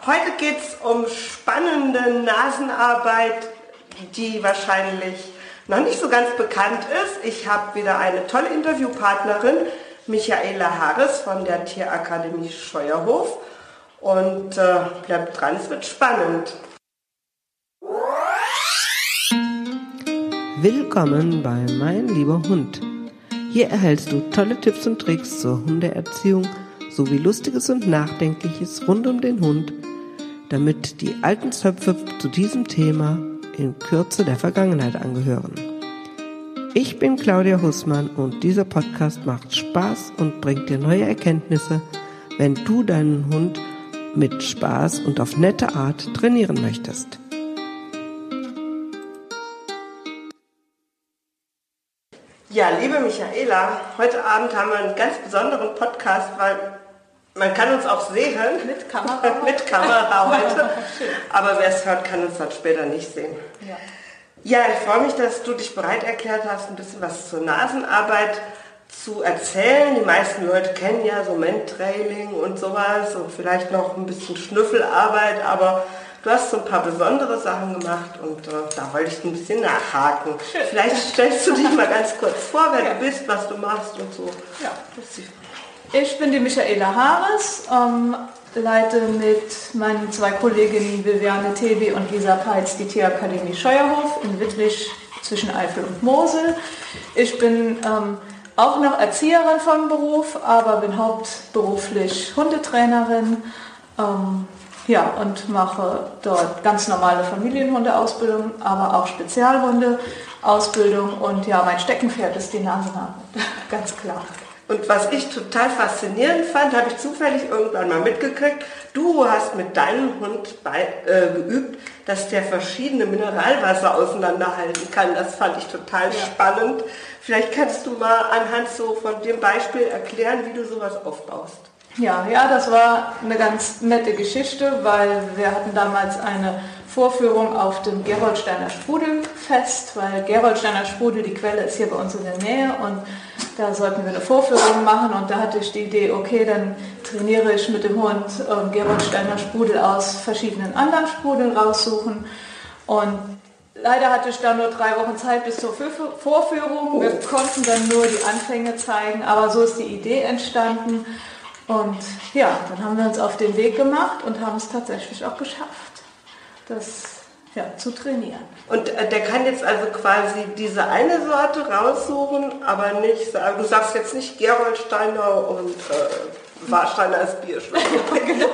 Heute geht es um spannende Nasenarbeit, die wahrscheinlich noch nicht so ganz bekannt ist. Ich habe wieder eine tolle Interviewpartnerin, Michaela Harris von der Tierakademie Scheuerhof. Und bleibt dran, es wird spannend. Willkommen bei Mein lieber Hund. Hier erhältst du tolle Tipps und Tricks zur Hundeerziehung sowie Lustiges und Nachdenkliches rund um den Hund, damit die alten Zöpfe zu diesem Thema in Kürze der Vergangenheit angehören. Ich bin Claudia Hussmann und dieser Podcast macht Spaß und bringt dir neue Erkenntnisse, wenn du deinen Hund mit Spaß und auf nette Art trainieren möchtest. Ja, liebe Michaela, heute Abend haben wir einen ganz besonderen Podcast, weil man kann uns auch sehen. Mit Kamera. Mit Kamera heute. Aber wer es hört, kann uns dann später nicht sehen. Ja, ich freue mich, dass du dich bereit erklärt hast, ein bisschen was zur Nasenarbeit zu erzählen. Die meisten Leute kennen ja so Mentrailing und sowas und vielleicht noch ein bisschen Schnüffelarbeit, aber du hast so ein paar besondere Sachen gemacht und da wollte ich ein bisschen nachhaken. Schön. Vielleicht stellst du dich mal ganz kurz vor, wer du bist, was du machst und so. Ja. Ich bin die Michaela Harris, leite mit meinen zwei Kolleginnen Viviane Tebi und Lisa Peitz die Tierakademie Scheuerhof in Wittlich zwischen Eifel und Mosel. Ich bin auch noch Erzieherin vom Beruf, aber bin hauptberuflich Hundetrainerin. Und mache dort ganz normale Familienhundeausbildung, aber auch Spezialhundeausbildung. Und ja, mein Steckenpferd ist die Nasenarbeit, ganz klar. Und was ich total faszinierend fand, habe ich zufällig irgendwann mal mitgekriegt, du hast mit deinem Hund geübt, dass der verschiedene Mineralwasser auseinanderhalten kann. Das fand ich total spannend. Vielleicht kannst du mal anhand so von dem Beispiel erklären, wie du sowas aufbaust. Ja, das war eine ganz nette Geschichte, weil wir hatten damals eine Vorführung auf dem Gerolsteiner Sprudelfest, weil Gerolsteiner Sprudel, die Quelle ist hier bei uns in der Nähe und da sollten wir eine Vorführung machen und da hatte ich die Idee, okay, dann trainiere ich mit dem Hund Gerolsteiner Sprudel aus verschiedenen anderen Sprudeln raussuchen und leider hatte ich da nur 3 Wochen Zeit bis zur Vorführung. Wir konnten dann nur die Anfänge zeigen, aber so ist die Idee entstanden. Und ja, dann haben wir uns auf den Weg gemacht und haben es tatsächlich auch geschafft, das zu trainieren. Und der kann jetzt also quasi diese eine Sorte raussuchen, aber nicht, du sagst jetzt nicht Gerolsteiner und Warsteiner ist Bierschwein. Genau.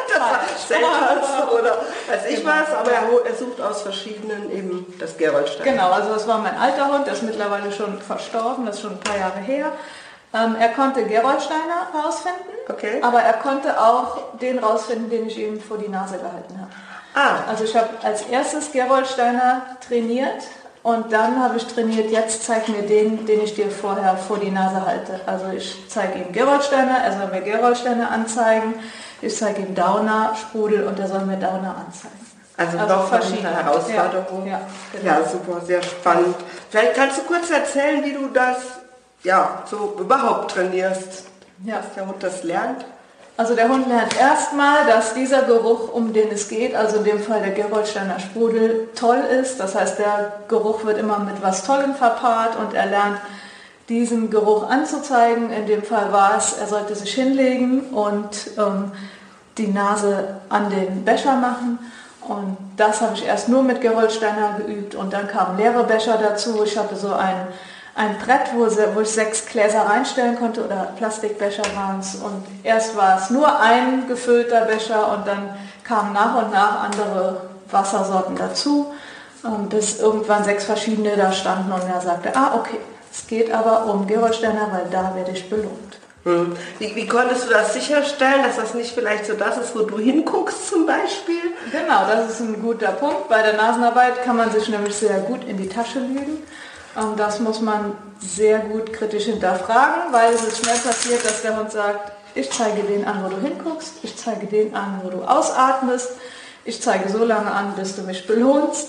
Selters oder weiß ich was, aber er sucht aus verschiedenen eben das Gerolsteiner. Genau, also das war mein alter Hund, der ist mittlerweile schon verstorben, das ist schon ein paar Jahre her. Er konnte Gerolsteiner rausfinden, okay. Aber er konnte auch den rausfinden, den ich ihm vor die Nase gehalten habe. Also ich habe als erstes Gerolsteiner trainiert und dann habe ich trainiert, jetzt zeig mir den ich dir vorher vor die Nase halte. Also ich zeige ihm Gerolsteiner, er soll mir Gerolsteiner anzeigen, ich zeige ihm Dauner, Sprudel und er soll mir Dauner anzeigen. Also noch verschiedene Herausforderungen. Ja, genau. Ja, super, sehr spannend. Vielleicht kannst du kurz erzählen, wie du das so überhaupt trainierst, dass der Hund das lernt? Also der Hund lernt erstmal, dass dieser Geruch, um den es geht, also in dem Fall der Gerolsteiner Sprudel, toll ist. Das heißt, der Geruch wird immer mit was Tollem verpaart und er lernt, diesen Geruch anzuzeigen. In dem Fall war es, er sollte sich hinlegen und die Nase an den Becher machen. Und das habe ich erst nur mit Gerolsteiner geübt und dann kamen leere Becher dazu. Ich hatte so ein Brett, wo ich 6 Gläser reinstellen konnte oder Plastikbecher waren es und erst war es nur ein gefüllter Becher und dann kamen nach und nach andere Wassersorten dazu, bis irgendwann 6 verschiedene da standen und er sagte, okay, es geht aber um Gerolsteiner, weil da werde ich belohnt. Wie konntest du das sicherstellen, dass das nicht vielleicht so das ist, wo du hinguckst zum Beispiel? Genau, das ist ein guter Punkt. Bei der Nasenarbeit kann man sich nämlich sehr gut in die Tasche lügen. Das muss man sehr gut kritisch hinterfragen, weil es ist schnell passiert, dass der Hund sagt, ich zeige den an, wo du hinguckst, ich zeige den an, wo du ausatmest, ich zeige so lange an, bis du mich belohnst.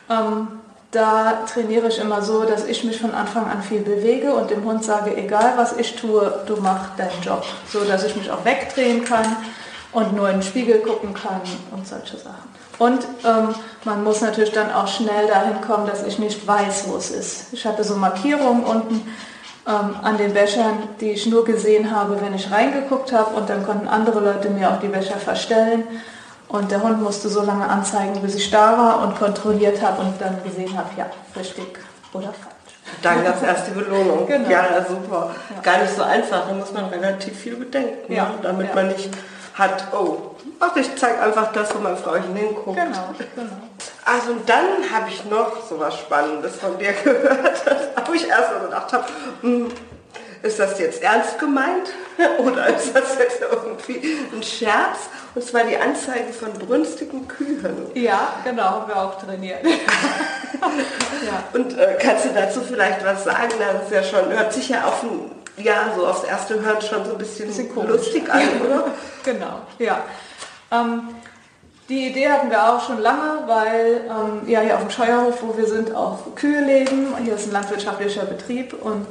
Da trainiere ich immer so, dass ich mich von Anfang an viel bewege und dem Hund sage, egal was ich tue, du machst deinen Job, so dass ich mich auch wegdrehen kann und nur in den Spiegel gucken kann und solche Sachen. Und man muss natürlich dann auch schnell dahin kommen, dass ich nicht weiß, wo es ist. Ich hatte so Markierungen unten an den Bechern, die ich nur gesehen habe, wenn ich reingeguckt habe, und dann konnten andere Leute mir auch die Becher verstellen. Und der Hund musste so lange anzeigen, bis ich da war und kontrolliert habe und dann gesehen habe, ja, richtig oder falsch. Dann gab es erst die Belohnung. Genau. Ja, super. Ja. Gar nicht so einfach, da muss man relativ viel bedenken, ja. Ne? Damit man nicht hat, ach, ich zeige einfach das, wo mein Frauchen hinguckt. Genau. Also und dann habe ich noch so was Spannendes von dir gehört, wo ich erst mal gedacht habe, ist das jetzt ernst gemeint oder ist das jetzt irgendwie ein Scherz? Und zwar die Anzeige von brünstigen Kühen. Ja, genau, haben wir auch trainiert. Ja. Und kannst du dazu vielleicht was sagen? Das ist ja schon, hört sich ja so aufs erste Hören schon so ein bisschen lustig an, oder? Genau, ja. Die Idee hatten wir auch schon lange, weil hier auf dem Scheuerhof, wo wir sind, auch Kühe leben. Hier ist ein landwirtschaftlicher Betrieb und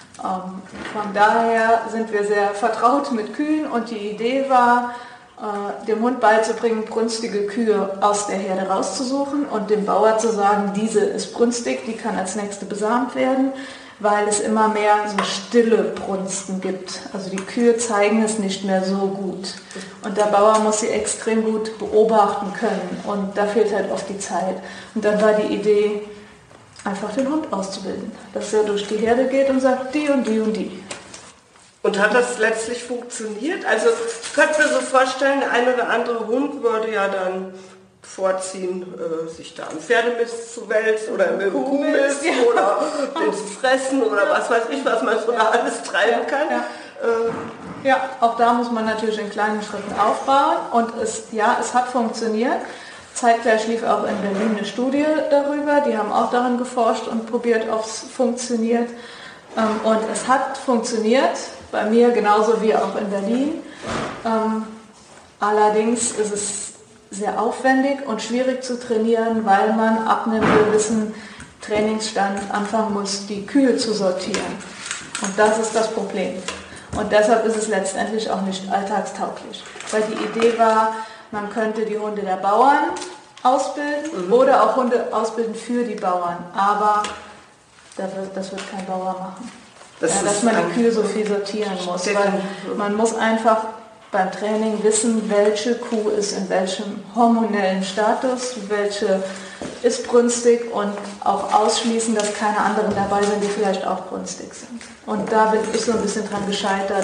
von daher sind wir sehr vertraut mit Kühen, und die Idee war, dem Hund beizubringen, brünstige Kühe aus der Herde rauszusuchen und dem Bauer zu sagen, diese ist brünstig, die kann als nächste besamt werden, weil es immer mehr so stille Brunsten gibt. Also die Kühe zeigen es nicht mehr so gut. Und der Bauer muss sie extrem gut beobachten können, und da fehlt halt oft die Zeit. Und dann war die Idee, einfach den Hund auszubilden, dass er durch die Herde geht und sagt, die und die und die. Und hat das letztlich funktioniert? Also ich könnte mir so vorstellen, der ein oder andere Hund würde ja dann vorziehen, sich da am Pferdemist zu wälzen oder im Kuhmist oder den zu fressen oder was weiß ich, was man so da alles treiben kann. Ja, auch da muss man natürlich in kleinen Schritten aufbauen, und es hat funktioniert. Zeitgleich lief auch in Berlin eine Studie darüber, die haben auch daran geforscht und probiert, ob es funktioniert. Und es hat funktioniert, bei mir genauso wie auch in Berlin. Allerdings ist es sehr aufwendig und schwierig zu trainieren, weil man ab einem gewissen Trainingsstand anfangen muss, die Kühe zu sortieren. Und das ist das Problem. Und deshalb ist es letztendlich auch nicht alltagstauglich. Weil die Idee war, man könnte die Hunde der Bauern ausbilden oder auch Hunde ausbilden für die Bauern. Aber das wird kein Bauer machen. Dass man die Kühe so viel sortieren muss. Weil man muss einfach beim Training wissen, welche Kuh ist in welchem hormonellen Status, welche ist brünstig, und auch ausschließen, dass keine anderen dabei sind, die vielleicht auch brünstig sind. Und da bin ich so ein bisschen dran gescheitert.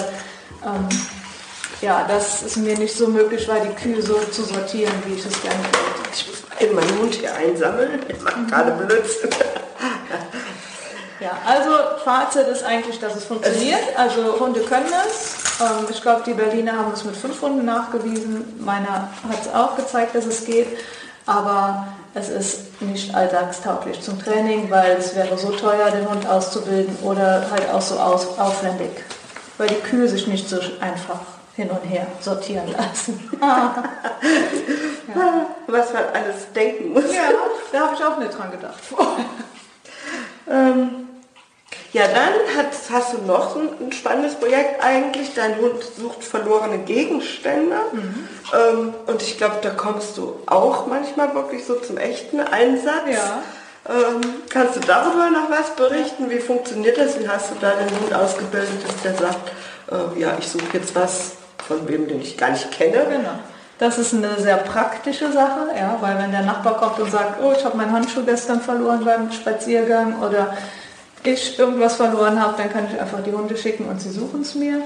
Das ist mir nicht so möglich, weil die Kühe so zu sortieren, wie ich es gerne wollte. Ich muss mal meinen Hund hier einsammeln, der macht gerade Blödsinn. Ja, also Fazit ist eigentlich, dass es funktioniert. Also Hunde können es. Ich glaube, die Berliner haben es mit 5 Hunden nachgewiesen. Meiner hat es auch gezeigt, dass es geht. Aber es ist nicht alltagstauglich zum Training, weil es wäre so teuer, den Hund auszubilden, oder halt auch so aufwendig, weil die Kühe sich nicht so einfach hin und her sortieren lassen. Was man alles denken muss. Ja, da habe ich auch nicht dran gedacht. Dann hast du noch so ein spannendes Projekt eigentlich. Dein Hund sucht verlorene Gegenstände. Und ich glaube, da kommst du auch manchmal wirklich so zum echten Einsatz. Ja. Kannst du darüber noch was berichten? Wie funktioniert das? Wie hast du da den Hund ausgebildet, dass der sagt, ich suche jetzt was von wem, den ich gar nicht kenne? Genau. Das ist eine sehr praktische Sache, weil wenn der Nachbar kommt und sagt, ich habe meinen Handschuh gestern verloren beim Spaziergang, oder ich irgendwas verloren habe, dann kann ich einfach die Hunde schicken und sie suchen es mir.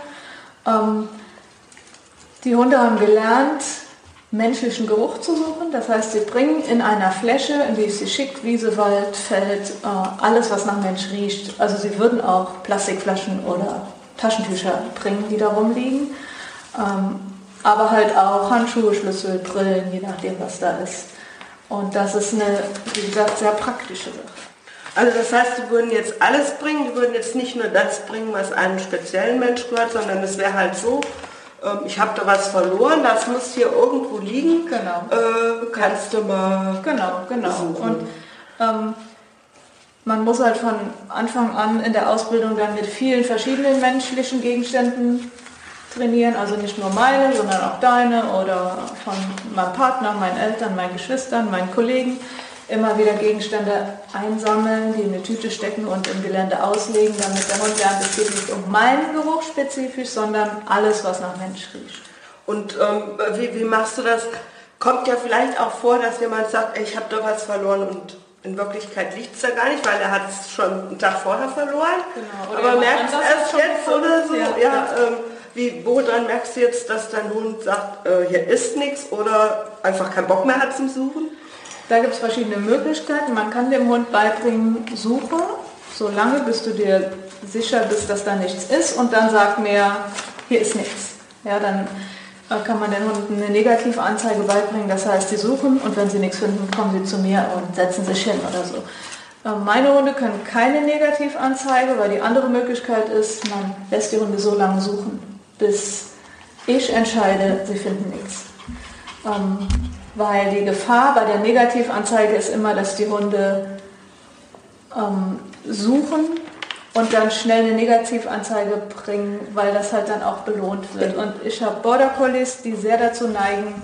Die Hunde haben gelernt, menschlichen Geruch zu suchen. Das heißt, sie bringen in einer Fläche, in die ich sie schicke, Wiese, Wald, Feld, alles, was nach Mensch riecht. Also sie würden auch Plastikflaschen oder Taschentücher bringen, die da rumliegen. Aber halt auch Handschuhe, Schlüssel, Brillen, je nachdem, was da ist. Und das ist eine, wie gesagt, sehr praktische Sache. Also das heißt, die würden jetzt alles bringen, die würden jetzt nicht nur das bringen, was einem speziellen Mensch gehört, sondern es wäre halt so, ich habe da was verloren, das muss hier irgendwo liegen, genau. Kannst du mal Genau. suchen. Und man muss halt von Anfang an in der Ausbildung dann mit vielen verschiedenen menschlichen Gegenständen trainieren, also nicht nur meine, sondern auch deine oder von meinem Partner, meinen Eltern, meinen Geschwistern, meinen Kollegen. Immer wieder Gegenstände einsammeln, die in eine Tüte stecken und im Gelände auslegen, damit der Hund lernt, es geht nicht um meinen Geruch spezifisch, sondern alles, was nach Mensch riecht. Und wie machst du das? Kommt ja vielleicht auch vor, dass jemand sagt, ich habe da was verloren und in Wirklichkeit liegt es da gar nicht, weil er hat es schon einen Tag vorher verloren. Genau. Aber merkst du es jetzt oder so? Ja. Woran merkst du jetzt, dass dein Hund sagt, hier ist nichts oder einfach keinen Bock mehr hat zum Suchen? Da gibt es verschiedene Möglichkeiten. Man kann dem Hund beibringen, suche, solange bis du dir sicher bist, dass da nichts ist und dann sag mir, hier ist nichts. Ja, dann kann man den Hunden eine Negativanzeige beibringen, das heißt, sie suchen und wenn sie nichts finden, kommen sie zu mir und setzen sich hin oder so. Meine Hunde können keine Negativanzeige, weil die andere Möglichkeit ist, man lässt die Hunde so lange suchen, bis ich entscheide, sie finden nichts. Weil die Gefahr bei der Negativanzeige ist immer, dass die Hunde suchen und dann schnell eine Negativanzeige bringen, weil das halt dann auch belohnt wird. Und ich habe Border Collies, die sehr dazu neigen,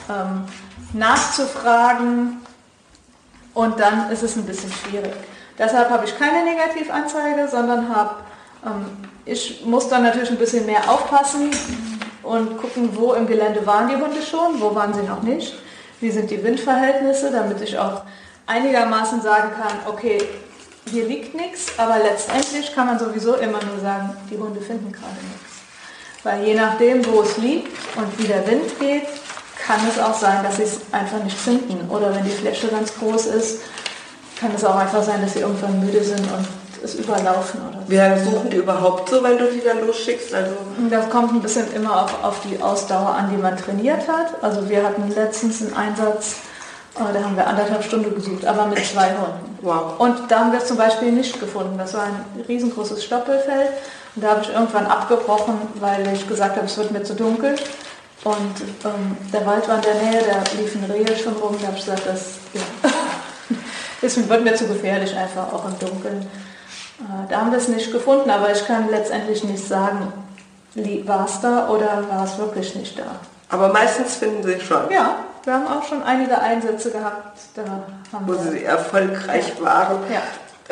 nachzufragen und dann ist es ein bisschen schwierig. Deshalb habe ich keine Negativanzeige, sondern ich muss dann natürlich ein bisschen mehr aufpassen und gucken, wo im Gelände waren die Hunde schon, wo waren sie noch nicht. Wie sind die Windverhältnisse, damit ich auch einigermaßen sagen kann, okay, hier liegt nichts, aber letztendlich kann man sowieso immer nur sagen, die Hunde finden gerade nichts. Weil je nachdem, wo es liegt und wie der Wind geht, kann es auch sein, dass sie es einfach nicht finden. Oder wenn die Fläche ganz groß ist, kann es auch einfach sein, dass sie irgendwann müde sind und es überlaufen. Oder so. Wie lange suchen die überhaupt so, wenn du die dann losschickst? Also das kommt ein bisschen immer auf die Ausdauer an, die man trainiert hat. Also wir hatten letztens einen Einsatz, da haben wir 1,5 Stunden gesucht, aber mit 2 Hunden. Wow. Und da haben wir es zum Beispiel nicht gefunden. Das war ein riesengroßes Stoppelfeld. Und da habe ich irgendwann abgebrochen, weil ich gesagt habe, es wird mir zu dunkel. Und der Wald war in der Nähe, da liefen Rehe schon rum. Da habe ich gesagt, das wird mir zu gefährlich, einfach auch im Dunkeln. Da haben wir es nicht gefunden, aber ich kann letztendlich nicht sagen, war es da oder war es wirklich nicht da. Aber meistens finden sie schon. Ja, wir haben auch schon einige Einsätze gehabt, wo sie erfolgreich waren. Ja.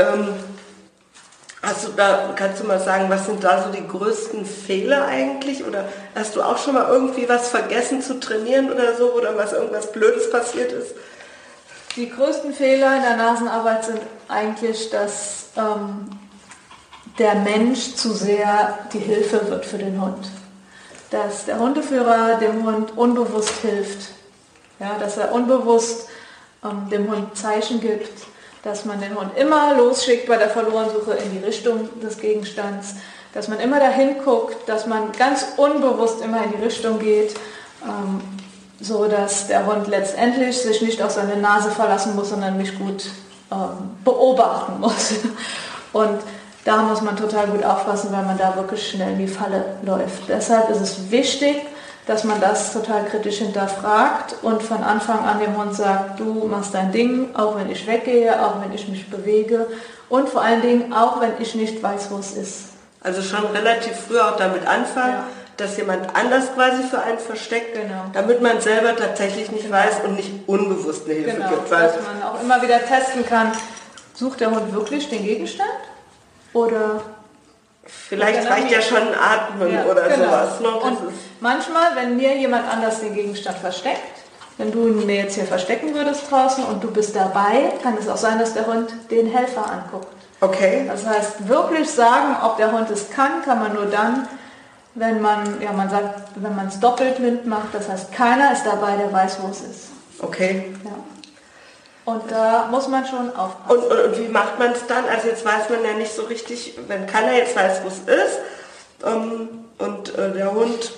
Kannst du mal sagen, was sind da so die größten Fehler eigentlich? Oder hast du auch schon mal irgendwie was vergessen zu trainieren oder so, oder was irgendwas Blödes passiert ist? Die größten Fehler in der Nasenarbeit sind eigentlich, dass der Mensch zu sehr die Hilfe wird für den Hund. Dass der Hundeführer dem Hund unbewusst hilft. Ja, dass er unbewusst dem Hund Zeichen gibt, dass man den Hund immer losschickt bei der Verlorensuche in die Richtung des Gegenstands, dass man immer dahin guckt, dass man ganz unbewusst immer in die Richtung geht, so dass der Hund letztendlich sich nicht auf seine Nase verlassen muss, sondern mich gut beobachten muss. Und da muss man total gut aufpassen, weil man da wirklich schnell in die Falle läuft. Deshalb ist es wichtig, dass man das total kritisch hinterfragt und von Anfang an dem Hund sagt, du machst dein Ding, auch wenn ich weggehe, auch wenn ich mich bewege und vor allen Dingen auch, wenn ich nicht weiß, wo es ist. Also schon relativ früh auch damit anfangen, ja, dass jemand anders quasi für einen versteckt, genau, damit man selber tatsächlich nicht weiß und nicht unbewusst eine Hilfe gibt. Weil dass man auch immer wieder testen kann, sucht der Hund wirklich den Gegenstand oder... Vielleicht reicht ja schon ein Atmen, ja, oder genau, sowas. Ne? Und manchmal, wenn mir jemand anders den Gegenstand versteckt, wenn du ihn mir jetzt hier verstecken würdest draußen und du bist dabei, kann es auch sein, dass der Hund den Helfer anguckt. Okay. Das heißt, wirklich sagen, ob der Hund es kann man nur dann, wenn man, ja, man sagt, wenn man es doppelblind macht, das heißt, keiner ist dabei, der weiß, wo es ist. Okay. Ja. Und da muss man schon aufpassen. Und wie macht man es dann? Also jetzt weiß man ja nicht so richtig, wenn keiner jetzt weiß, wo es ist und der Hund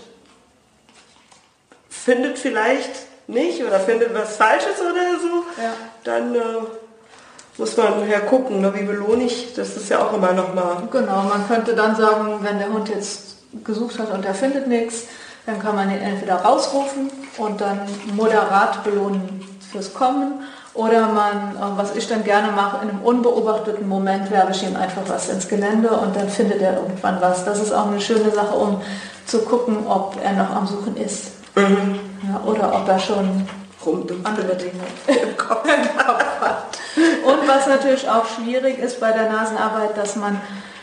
findet vielleicht nicht oder findet was Falsches oder so, ja, dann muss man ja gucken, ne, wie belohne ich, das ist ja auch immer nochmal... Genau, man könnte dann sagen, wenn der Hund jetzt gesucht hat und er findet nichts, dann kann man ihn entweder rausrufen und dann moderat belohnen fürs Kommen. Oder was ich dann gerne mache, in einem unbeobachteten Moment werfe ich ihm einfach was ins Gelände und dann findet er irgendwann was. Das ist auch eine schöne Sache, um zu gucken, ob er noch am Suchen ist. Ja, oder ob er schon andere Dinge im Kopf hat. Und was natürlich auch schwierig ist bei der Nasenarbeit, dass man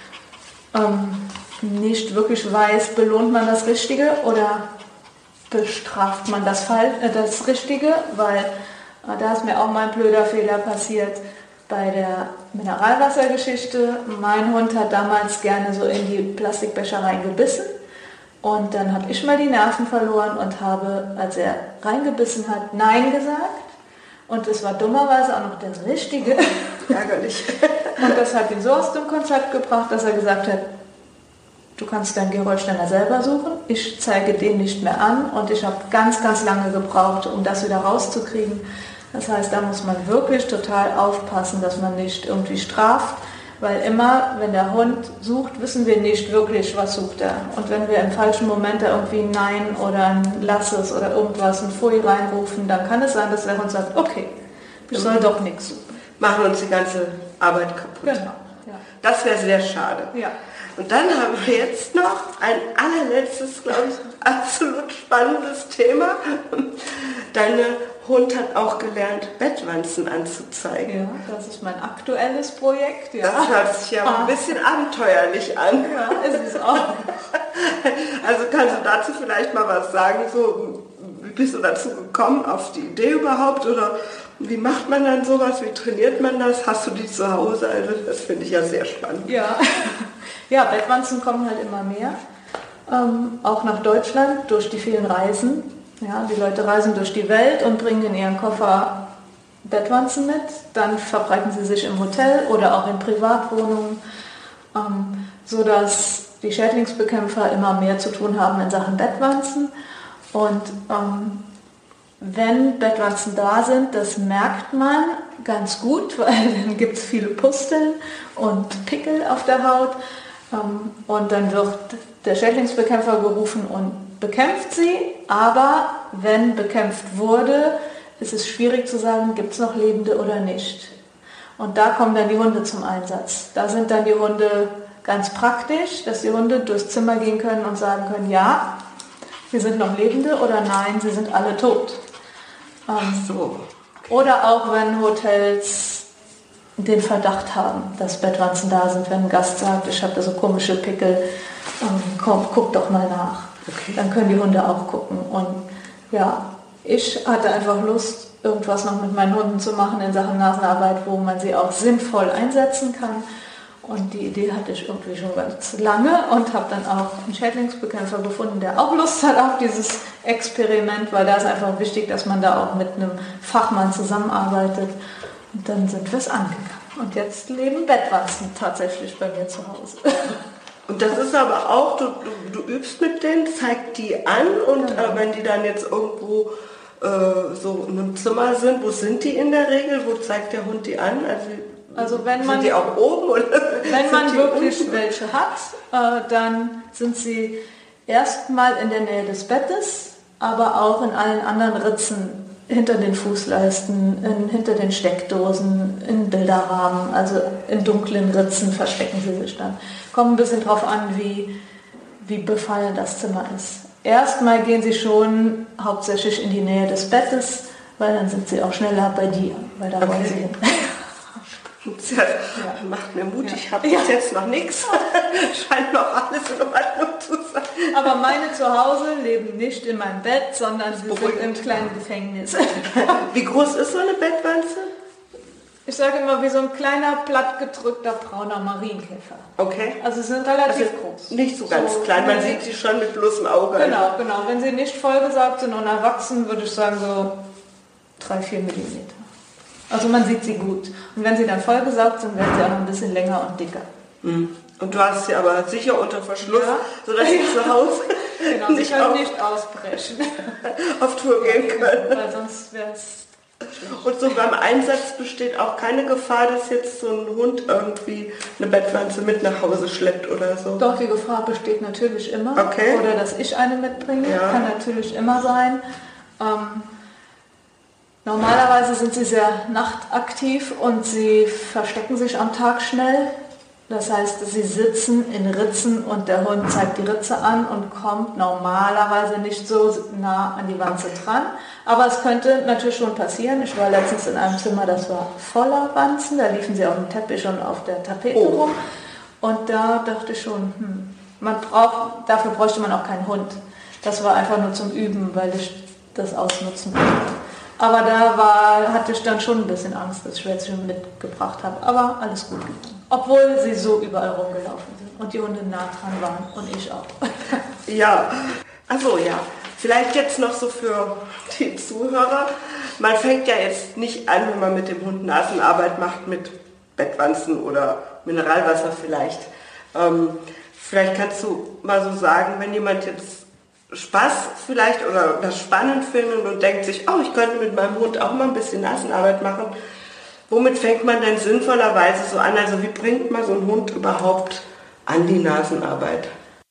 nicht wirklich weiß, belohnt man das Richtige oder bestraft man das Richtige, weil da ist mir auch mal ein blöder Fehler passiert bei der Mineralwassergeschichte. Mein Hund hat damals gerne so in die Plastikbecher reingebissen und dann habe ich mal die Nerven verloren und habe, als er reingebissen hat, Nein gesagt. Und es war dummerweise auch noch das Richtige. Ärgerlich. Und das hat ihn so aus dem Konzept gebracht, dass er gesagt hat, du kannst deinen Gerolsteiner selber suchen, ich zeige den nicht mehr an und ich habe ganz, ganz lange gebraucht, um das wieder rauszukriegen. Das heißt, da muss man wirklich total aufpassen, dass man nicht irgendwie straft, weil immer, wenn der Hund sucht, wissen wir nicht wirklich, was sucht er. Und wenn wir im falschen Moment da irgendwie ein Nein oder ein Lass es oder irgendwas, ein Pfui reinrufen, dann kann es sein, dass der Hund sagt, okay, ich soll doch nichts suchen. Machen uns die ganze Arbeit kaputt. Genau. Ja. Das wäre sehr schade. Ja. Und dann haben wir jetzt noch ein allerletztes, glaube ich, absolut spannendes Thema. Dein Hund hat auch gelernt, Bettwanzen anzuzeigen. Ja, das ist mein aktuelles Projekt. Ja. Das hört sich ja ein bisschen abenteuerlich an. Ja, ist es auch. Also kannst du dazu vielleicht mal was sagen? So, wie bist du dazu gekommen, auf die Idee überhaupt? Oder wie macht man dann sowas? Wie trainiert man das? Hast du die zu Hause? Also das finde ich ja sehr spannend. Ja. Ja, Bettwanzen kommen halt immer mehr, auch nach Deutschland durch die vielen Reisen. Ja, die Leute reisen durch die Welt und bringen in ihren Koffer Bettwanzen mit. Dann verbreiten sie sich im Hotel oder auch in Privatwohnungen, sodass die Schädlingsbekämpfer immer mehr zu tun haben in Sachen Bettwanzen. Und wenn Bettwanzen da sind, das merkt man ganz gut, weil dann gibt es viele Pusteln und Pickel auf der Haut. Und dann wird der Schädlingsbekämpfer gerufen und bekämpft sie. Aber wenn bekämpft wurde, ist es schwierig zu sagen, gibt es noch Lebende oder nicht. Und da kommen dann die Hunde zum Einsatz. Da sind dann die Hunde ganz praktisch, dass die Hunde durchs Zimmer gehen können und sagen können, ja, wir sind noch Lebende oder nein, sie sind alle tot. Ach so. Oder auch wenn Hotels den Verdacht haben, dass Bettwanzen da sind, wenn ein Gast sagt, ich habe da so komische Pickel, komm, guck doch mal nach. Okay. Dann können die Hunde auch gucken. Und ja, ich hatte einfach Lust, irgendwas noch mit meinen Hunden zu machen in Sachen Nasenarbeit, wo man sie auch sinnvoll einsetzen kann. Und die Idee hatte ich irgendwie schon ganz lange und habe dann auch einen Schädlingsbekämpfer gefunden, der auch Lust hat auf dieses Experiment, weil da ist einfach wichtig, dass man da auch mit einem Fachmann zusammenarbeitet. Und dann sind wir es angegangen. Und jetzt leben Bettwanzen tatsächlich bei mir zu Hause. Und das ist aber auch, du übst mit denen, zeigt die an und wenn die dann jetzt irgendwo so in einem Zimmer sind, wo sind die in der Regel? Wo zeigt der Hund die an? Also wenn man, sind die auch oben? Oder wenn man wirklich unten? Welche hat, dann sind sie erstmal in der Nähe des Bettes, aber auch in allen anderen Ritzen, hinter den Fußleisten, hinter den Steckdosen, in Bilderrahmen, also in dunklen Ritzen verstecken sie sich dann. Kommt ein bisschen drauf an, wie befallen das Zimmer ist. Erstmal gehen sie schon hauptsächlich in die Nähe des Bettes, weil dann sind sie auch schneller bei dir, weil da wollen sie hin. Ja, macht mir Mut, ich habe jetzt noch nichts. Scheint noch alles in Ordnung zu sein. Aber meine zu Hause leben nicht in meinem Bett, sondern sie sind im kleinen Gefängnis. Wie groß ist so eine Bettwanze? Ich sage immer, wie so ein kleiner, plattgedrückter, brauner Marienkäfer. Okay. Also sie sind relativ groß. Nicht so ganz klein, man sieht sie schon mit bloßem Auge. Genau. Wenn sie nicht vollgesaugt sind und erwachsen, würde ich sagen so 3-4 Millimeter. Also man sieht sie gut. Und wenn sie dann vollgesaugt sind, werden sie auch noch ein bisschen länger und dicker. Und du hast sie aber sicher unter Verschluss, sodass sie zu Hause nicht ausbrechen. Auf Tour gehen können. Weil sonst wäre es... Und so beim Einsatz besteht auch keine Gefahr, dass jetzt so ein Hund irgendwie eine Bettwanze mit nach Hause schleppt oder so? Doch, die Gefahr besteht natürlich immer. Okay. Oder dass ich eine mitbringe, kann natürlich immer sein. Normalerweise sind sie sehr nachtaktiv und sie verstecken sich am Tag schnell. Das heißt, sie sitzen in Ritzen und der Hund zeigt die Ritze an und kommt normalerweise nicht so nah an die Wanze dran. Aber es könnte natürlich schon passieren. Ich war letztens in einem Zimmer, das war voller Wanzen. Da liefen sie auf dem Teppich und auf der Tapete rum. Und da dachte ich schon, dafür bräuchte man auch keinen Hund. Das war einfach nur zum Üben, weil ich das ausnutzen wollte. Aber da hatte ich dann schon ein bisschen Angst, dass ich Schwärzchen mitgebracht habe. Aber alles gut gegangen. Obwohl sie so überall rumgelaufen sind und die Hunde nah dran waren und ich auch. Ja, also ja, vielleicht jetzt noch so für die Zuhörer. Man fängt ja jetzt nicht an, wenn man mit dem Hund Nasenarbeit macht, mit Bettwanzen oder Mineralwasser vielleicht. Vielleicht kannst du mal so sagen, wenn jemand jetzt Spaß vielleicht oder das spannend findet und denkt sich, oh, ich könnte mit meinem Hund auch mal ein bisschen Nasenarbeit machen. Womit fängt man denn sinnvollerweise so an? Also wie bringt man so einen Hund überhaupt an die Nasenarbeit?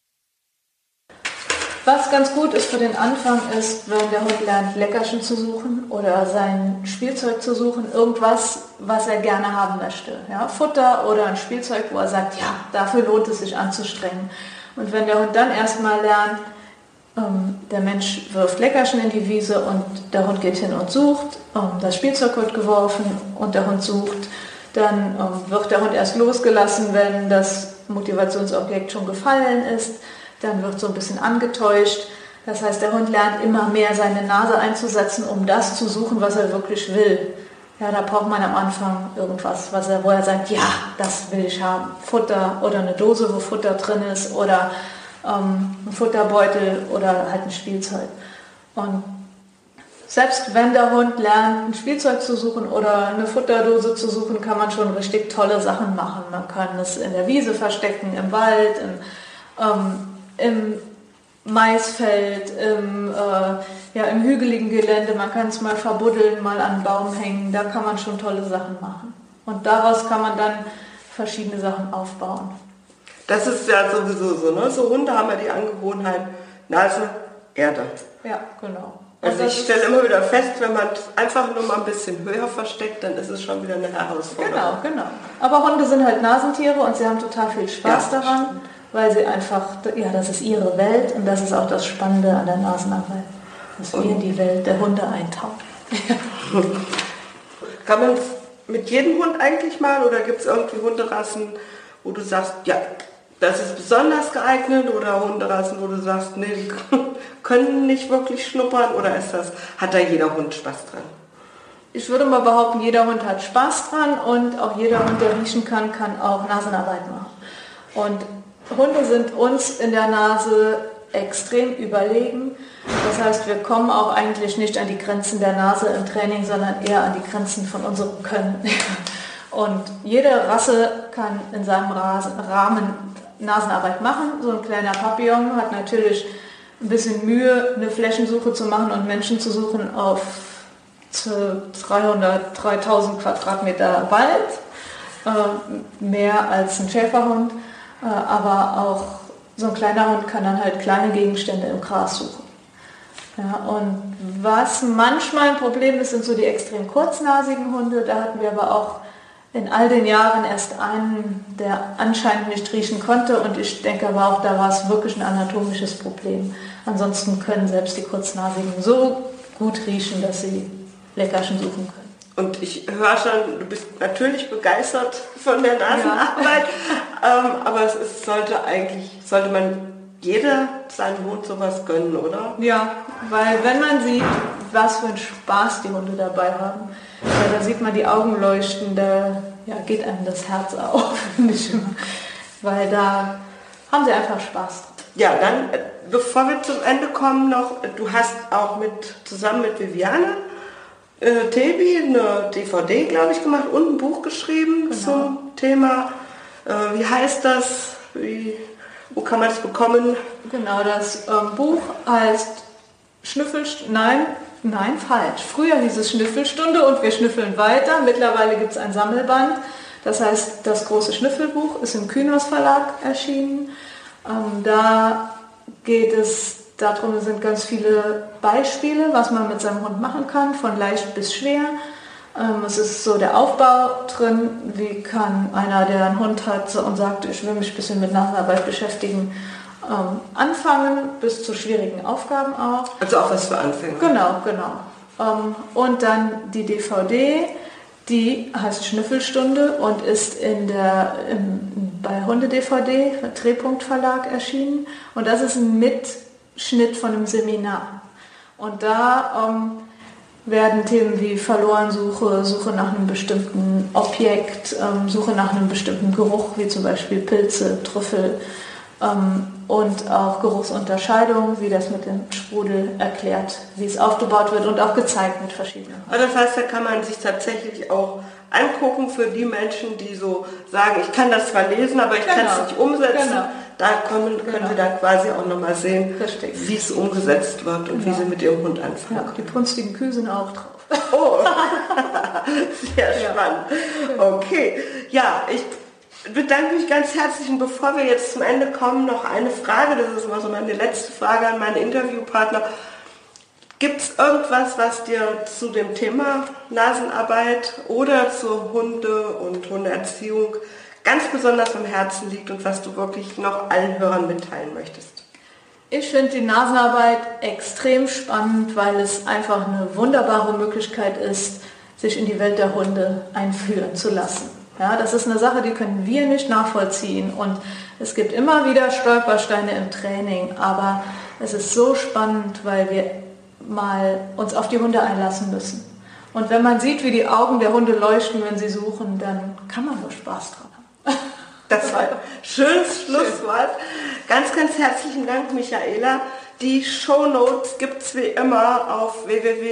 Was ganz gut ist für den Anfang ist, wenn der Hund lernt, Leckerchen zu suchen oder sein Spielzeug zu suchen, irgendwas, was er gerne haben möchte. Ja, Futter oder ein Spielzeug, wo er sagt, ja, dafür lohnt es sich anzustrengen. Und wenn der Hund dann erstmal lernt, der Mensch wirft Leckerchen in die Wiese und der Hund geht hin und sucht, das Spielzeug wird geworfen und der Hund sucht, dann wird der Hund erst losgelassen, wenn das Motivationsobjekt schon gefallen ist, dann wird so ein bisschen angetäuscht. Das heißt, der Hund lernt immer mehr seine Nase einzusetzen, um das zu suchen, was er wirklich will. Ja, da braucht man am Anfang irgendwas, wo er sagt, ja, das will ich haben. Futter oder eine Dose, wo Futter drin ist oder ein Futterbeutel oder halt ein Spielzeug. Und selbst wenn der Hund lernt, ein Spielzeug zu suchen oder eine Futterdose zu suchen, kann man schon richtig tolle Sachen machen. Man kann es in der Wiese verstecken, im Wald, im Maisfeld, im hügeligen Gelände. Man kann es mal verbuddeln, mal an einen Baum hängen. Da kann man schon tolle Sachen machen. Und daraus kann man dann verschiedene Sachen aufbauen. Das ist ja sowieso so, ne? So Hunde haben ja die Angewohnheit, Nase, Erde. Ja, genau. Also ich stelle immer wieder fest, wenn man es einfach nur mal ein bisschen höher versteckt, dann ist es schon wieder eine Herausforderung. Genau. Aber Hunde sind halt Nasentiere und sie haben total viel Spaß daran, stimmt. Weil sie einfach, das ist ihre Welt und das ist auch das Spannende an der Nasenarbeit, dass wir in die Welt der Hunde eintauchen. Kann man es mit jedem Hund eigentlich mal oder gibt es irgendwie Hunderassen, wo du sagst, ja, das ist besonders geeignet oder Hunderassen, wo du sagst, nee, die können nicht wirklich schnuppern oder hat da jeder Hund Spaß dran? Ich würde mal behaupten, jeder Hund hat Spaß dran und auch jeder Hund, der riechen kann, kann auch Nasenarbeit machen. Und Hunde sind uns in der Nase extrem überlegen. Das heißt, wir kommen auch eigentlich nicht an die Grenzen der Nase im Training, sondern eher an die Grenzen von unserem Können. Und jede Rasse kann in seinem Rahmen Nasenarbeit machen. So ein kleiner Papillon hat natürlich ein bisschen Mühe, eine Flächensuche zu machen und Menschen zu suchen auf 3000 Quadratmeter Wald. Mehr als ein Schäferhund. Aber auch so ein kleiner Hund kann dann halt kleine Gegenstände im Gras suchen. Ja, und was manchmal ein Problem ist, sind so die extrem kurznasigen Hunde. Da hatten wir aber auch in all den Jahren erst einen, der anscheinend nicht riechen konnte und ich denke aber auch, da war es wirklich ein anatomisches Problem. Ansonsten können selbst die Kurznasigen so gut riechen, dass sie Leckerchen suchen können. Und ich höre schon, du bist natürlich begeistert von der Nasenarbeit, aber sollte man jeder seinem Hund sowas gönnen, oder? Ja, weil wenn man sieht, was für einen Spaß die Hunde dabei haben, da sieht man die Augen leuchten, da geht einem das Herz auf, nicht immer, weil da haben sie einfach Spaß dran. Ja, dann, bevor wir zum Ende kommen noch, du hast auch zusammen mit Viviane Tilby eine DVD, glaube ich, gemacht und ein Buch geschrieben zum Thema. Wie heißt das? Wo kann man es bekommen? Genau, das Buch heißt Nein, falsch. Früher hieß es Schnüffelstunde und wir schnüffeln weiter. Mittlerweile gibt es ein Sammelband. Das heißt, das große Schnüffelbuch ist im Kühners Verlag erschienen. Da geht es darum sind ganz viele Beispiele, was man mit seinem Hund machen kann, von leicht bis schwer. Es ist so der Aufbau drin, wie kann einer, der einen Hund hat und sagt, ich will mich ein bisschen mit Nasenarbeit beschäftigen, anfangen, bis zu schwierigen Aufgaben auch. Also auch was für Anfänger. Genau. Und dann die DVD, die heißt Schnüffelstunde und ist bei Hunde-DVD, Drehpunkt Verlag erschienen. Und das ist ein Mitschnitt von einem Seminar. Und da werden Themen wie Verlorensuche, Suche nach einem bestimmten Objekt, Suche nach einem bestimmten Geruch, wie zum Beispiel Pilze, Trüffel, und auch Geruchsunterscheidung, wie das mit dem Sprudel erklärt, wie es aufgebaut wird und auch gezeigt mit verschiedenen. Das heißt, da kann man sich tatsächlich auch angucken für die Menschen, die so sagen, ich kann das zwar lesen, aber ich kann es nicht umsetzen. Genau. Da können Sie dann quasi auch nochmal sehen, wie es umgesetzt wird und wie Sie mit Ihrem Hund anfangen. Ja, die brunstigen Kühe sind auch drauf. Oh, sehr spannend. Okay, ja, ich bedanke mich ganz herzlich und bevor wir jetzt zum Ende kommen, noch eine Frage, das ist immer so meine letzte Frage an meinen Interviewpartner. Gibt es irgendwas, was dir zu dem Thema Nasenarbeit oder zur Hunde- und Hundeerziehung ganz besonders am Herzen liegt und was du wirklich noch allen Hörern mitteilen möchtest? Ich finde die Nasenarbeit extrem spannend, weil es einfach eine wunderbare Möglichkeit ist, sich in die Welt der Hunde einführen zu lassen. Ja, das ist eine Sache, die können wir nicht nachvollziehen und es gibt immer wieder Stolpersteine im Training, aber es ist so spannend, weil wir mal uns auf die Hunde einlassen müssen. Und wenn man sieht, wie die Augen der Hunde leuchten, wenn sie suchen, dann kann man nur Spaß dran haben. Das war ein schönes Schlusswort. Ganz, ganz herzlichen Dank, Michaela. Die Shownotes gibt es wie immer auf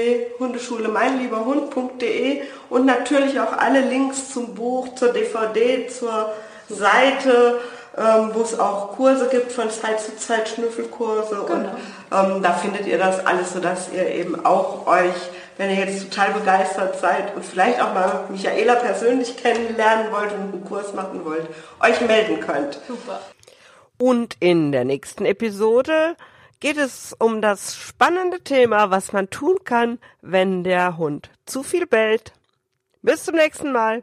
www.hundeschule-meinlieberhund.de und natürlich auch alle Links zum Buch, zur DVD, zur Seite, wo es auch Kurse gibt, von Zeit zu Zeit Schnüffelkurse. Genau. Und da findet ihr das alles, sodass ihr eben auch euch, wenn ihr jetzt total begeistert seid und vielleicht auch mal Michaela persönlich kennenlernen wollt und einen Kurs machen wollt, euch melden könnt. Super. Und in der nächsten Episode geht es um das spannende Thema, was man tun kann, wenn der Hund zu viel bellt. Bis zum nächsten Mal.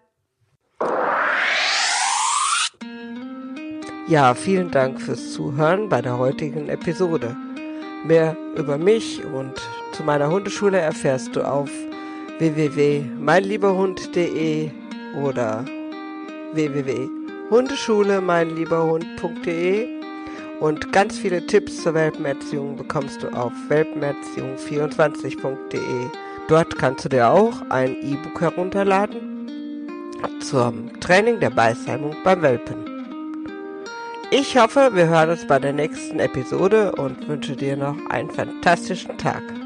Ja, vielen Dank fürs Zuhören bei der heutigen Episode. Mehr über mich und zu meiner Hundeschule erfährst du auf www.meinlieberhund.de oder www.hundeschule-meinlieberhund.de. Und ganz viele Tipps zur Welpenerziehung bekommst du auf welpenerziehung24.de. Dort kannst du dir auch ein E-Book herunterladen zum Training der Beißheimung beim Welpen. Ich hoffe, wir hören uns bei der nächsten Episode und wünsche dir noch einen fantastischen Tag.